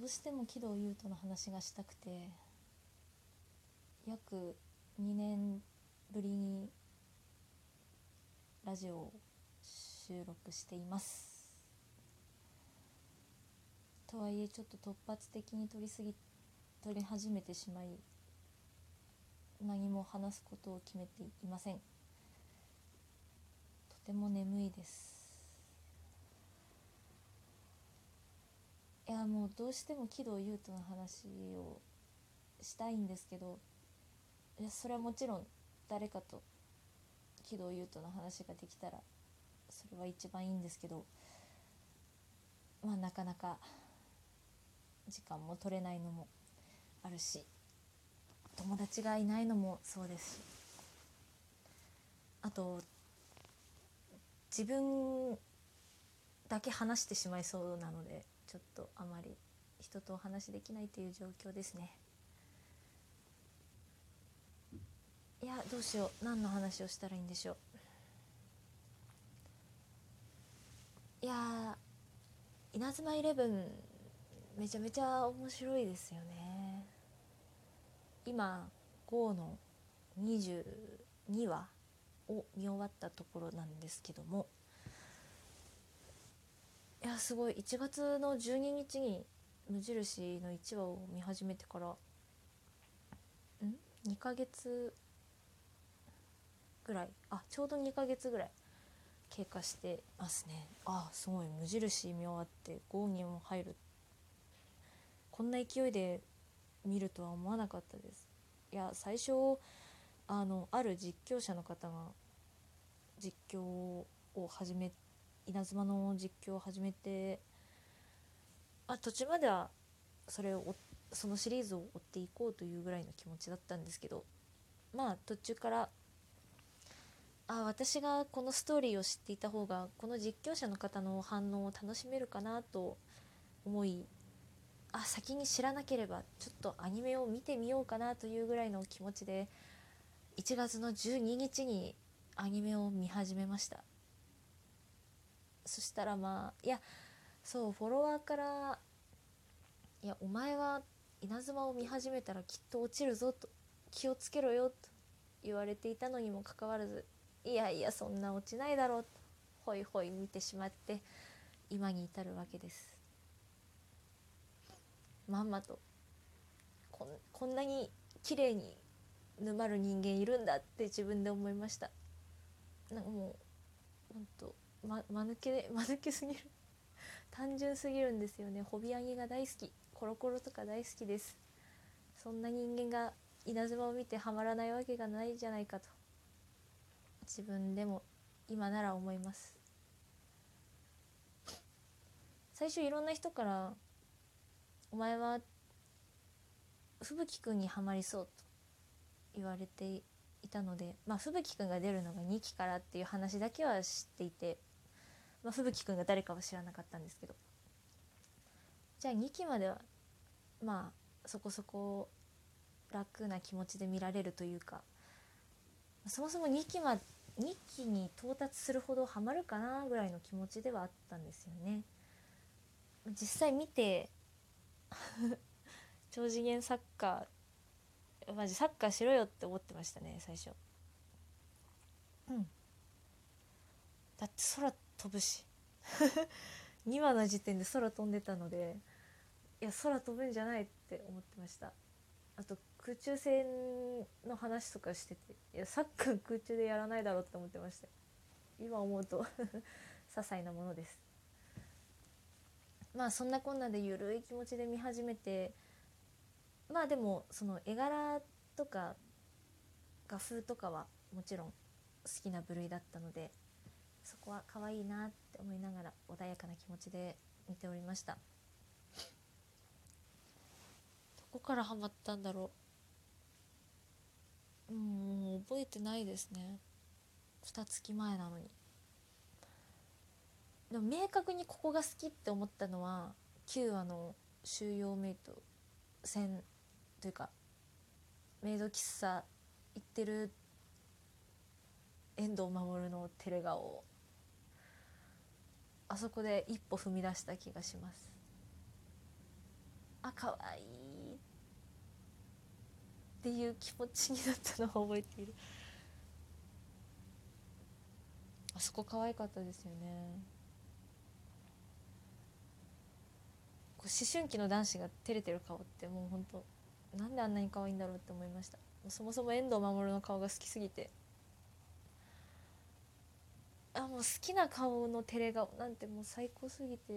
うしても喜怒優斗の話がしたくて、約2年ぶりにラジオを収録しています。とはいえちょっと突発的に撮り始めてしまい、何も話すことを決めていません。とても眠いです。いや、もうどうしても喜怒優斗の話をしたいんですけど、いや、それはもちろん誰かと喜怒優斗の話ができたらそれは一番いいんですけど、なかなか時間も取れないのもあるし、友達がいないのもそうですし、あと自分だけ話してしまいそうなので、ちょっとあまり人とお話できないという状況ですね。いや、どうしよう、何の話をしたらいいんでしょう。いや、稲妻イレブンめちゃめちゃ面白いですよね。今5の22話を見終わったところなんですけども、いや、すごい。1月の12日に無印の1話を見始めてから2ヶ月ぐらい、ちょうど2ヶ月ぐらい経過してますね。すごい。無印見終わって5にも入る、こんな勢いで見るとは思わなかったです。いや、最初ある実況者の方が実況を始め稲妻の実況を始めて、途中まではそのシリーズを追っていこうというぐらいの気持ちだったんですけど、途中から私がこのストーリーを知っていた方がこの実況者の方の反応を楽しめるかなと思い、先に知らなければちょっとアニメを見てみようかなというぐらいの気持ちで1月の12日にアニメを見始めました。そしたらそう、フォロワーから「いや、お前は稲妻を見始めたらきっと落ちるぞ」と「気をつけろよ」と言われていたのにもかかわらず、いやいや、そんな落ちないだろうとホイホイ見てしまって、今に至るわけです。まんまとこんなに綺麗に沼る人間いるんだって自分で思いました。なんかもうほんと、間抜けすぎる単純すぎるんですよね。ホビアニが大好き、コロコロとか大好きです。そんな人間が稲妻を見てハマらないわけがないじゃないかと自分でも今なら思います。最初いろんな人から「お前は吹雪くんにはまりそう」と言われていたので、吹雪くんが出るのが2期からっていう話だけは知っていて、吹雪くんが誰かは知らなかったんですけど、じゃあ2期まではそこそこ楽な気持ちで見られるというか、そもそも2期に到達するほどハマるかなぐらいの気持ちではあったんですよね。実際見て超次元サッカー、マジサッカーしろよって思ってましたね、最初。だって空飛ぶし2話の時点で空飛んでたので、いや、空飛ぶんじゃないって思ってました。あと空中戦の話とかしてて、いや、サッカー空中でやらないだろうって思ってました。今思うと些細なものです。そんなこんなでゆるい気持ちで見始めて、でもその絵柄とか画風とかはもちろん好きな部類だったので、そこは可愛いなって思いながら穏やかな気持ちで見ておりました。どこからハマったんだろう。もう覚えてないですね。2月前なのに。でも明確にここが好きって思ったのは9話の収容メイト戦というか、メイド喫茶行ってる遠藤守のテレ顔、あそこで一歩踏み出した気がします。 あ可愛いっていう気持ちになったのを覚えている。あそこ可愛かったですよね。こう思春期の男子が照れてる顔ってもう本当なんであんなに可愛いんだろうって思いました。そもそも遠藤守の顔が好きすぎて、もう好きな顔の照れ顔なんてもう最高すぎて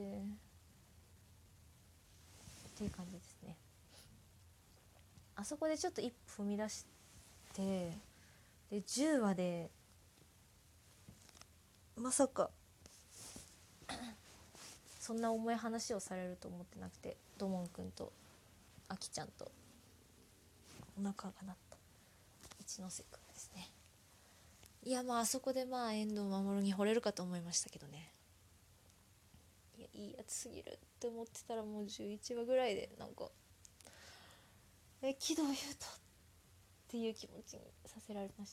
っていう感じですね。あそこでちょっと一歩踏み出して、で10話でまさかそんな重い話をされると思ってなくて、土門くんとあきちゃんとお腹が鳴った一ノ瀬くんですね。いや、まああそこでまあ遠藤守に惚れるかと思いましたけどね。いや、いいやつすぎるって思ってたらもう11話ぐらいでなんか喜怒憂とっていう気持ちにさせられました。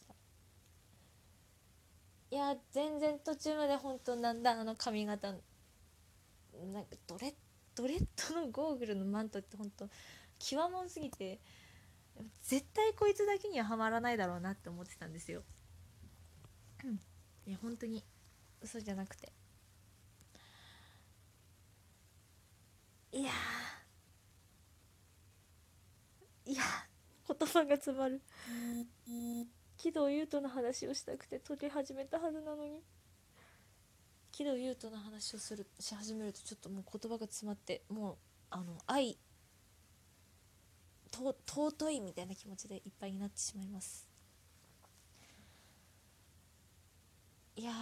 いや全然途中まで本当なんだあの髪型、なんかドレッドのゴーグルのマントって本当極もんすぎて、絶対こいつだけにはハマらないだろうなって思ってたんですよ。いや本当に嘘じゃなくて、いや言葉が詰まる。喜怒憂との話をしたくて撮り始めたはずなのに、喜怒憂との話をし始めるとちょっともう言葉が詰まって、もう愛尊いみたいな気持ちでいっぱいになってしまいます。いや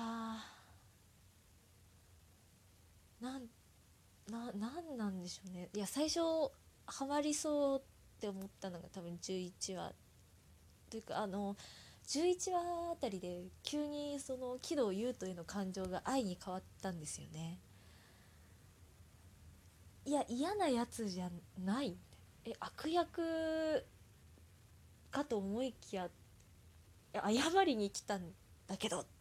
なんなんでしょうね。いや最初ハマりそうって思ったのが多分11話というか11話あたりで急にその喜怒憂とへの感情が愛に変わったんですよね。いや嫌なやつじゃない、悪役かと思いきや謝りに来たんだけど、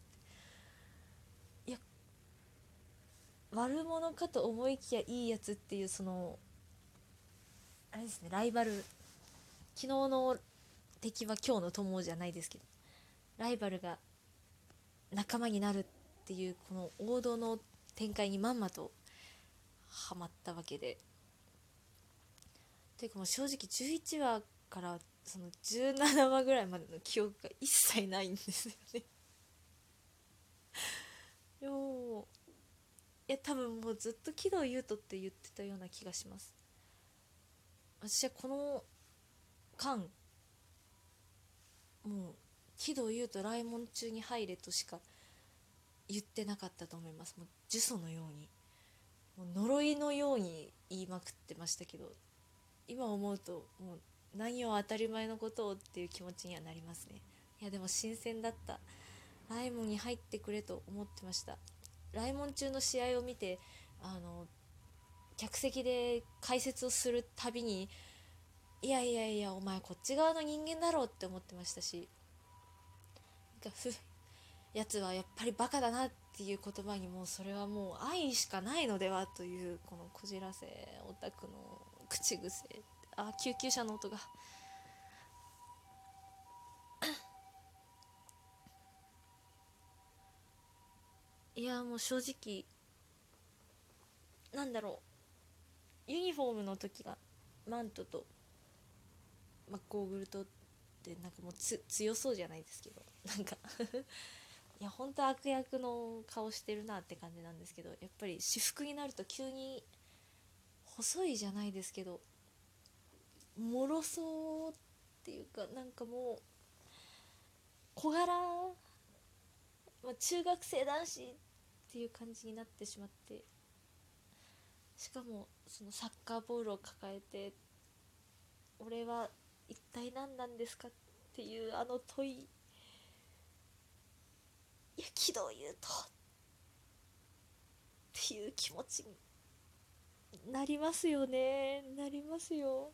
いや悪者かと思いきやいいやつっていう、そのあれですね、ライバル、昨日の敵は今日の友じゃないですけど、ライバルが仲間になるっていうこの王道の展開にまんまとハマったわけで、というかもう正直11話からその17話ぐらいまでの記憶が一切ないんですよね。いや多分もうずっと喜怒憂とって言ってたような気がします。私はこの間もう喜怒憂と雷門中に入れとしか言ってなかったと思います。もう呪詛のように、もう呪いのように言いまくってましたけど、今思うともう何を当たり前のことをっていう気持ちにはなりますね。いやでも新鮮だった。ライモンに入ってくれと思ってました。ライモン中の試合を見て客席で解説をするたびに、いやいやいやお前こっち側の人間だろうって思ってましたし、なんかやつはやっぱりバカだなっていう言葉にもそれはもう愛しかないのではという、このこじらせオタクの口癖、救急車の音が、いやもう正直なんだろう、ユニフォームの時がマントと、ゴーグルとってなんかもう強そうじゃないですけど、なんかいや本当悪役の顔してるなって感じなんですけど、やっぱり私服になると急に細いじゃないですけど脆そうっていうか、なんかもう小柄、中学生男子っていう感じになってしまって、しかもそのサッカーボールを抱えて俺は一体何なんですかっていうあの問い、いや喜怒憂とっていう気持ちになりますよね、なりますよ。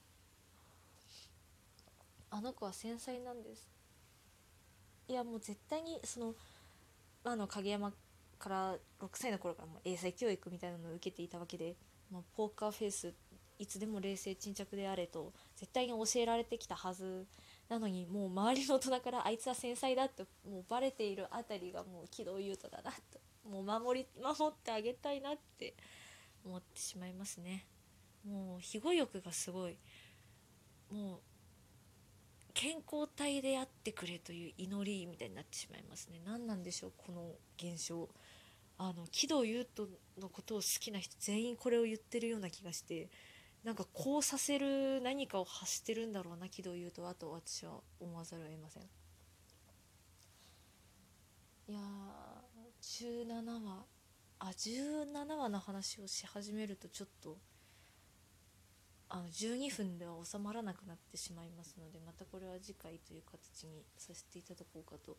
あの子は繊細なんです。いやもう絶対にその影山から6歳の頃からも英才教育みたいなのを受けていたわけで、ポーカーフェイスいつでも冷静沈着であれと絶対に教えられてきたはずなのに、もう周りの大人からあいつは繊細だってもうバレているあたりがもう木戸優斗だなと、もう守ってあげたいなって思ってしまいますね。もう庇護欲がすごい、もう健康体であってくれという祈りみたいになってしまいますね。何なんでしょうこの現象。喜怒優斗のことを好きな人全員これを言ってるような気がして、なんかこうさせる何かを発してるんだろうな喜怒優斗はと私は思わざるを得ません。いやー、17話の話をし始めるとちょっと12分では収まらなくなってしまいますので、またこれは次回という形にさせていただこうかと。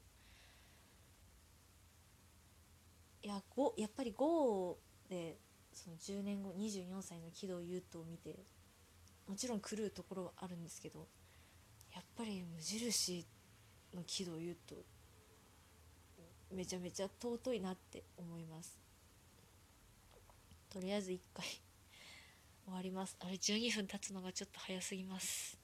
やっぱり5でその10年後24歳の喜怒優斗を見て、もちろん狂うところはあるんですけど、やっぱり無印の喜怒優斗めちゃめちゃ尊いなって思います。とりあえず1回終わります。あれ12分経つのがちょっと早すぎます。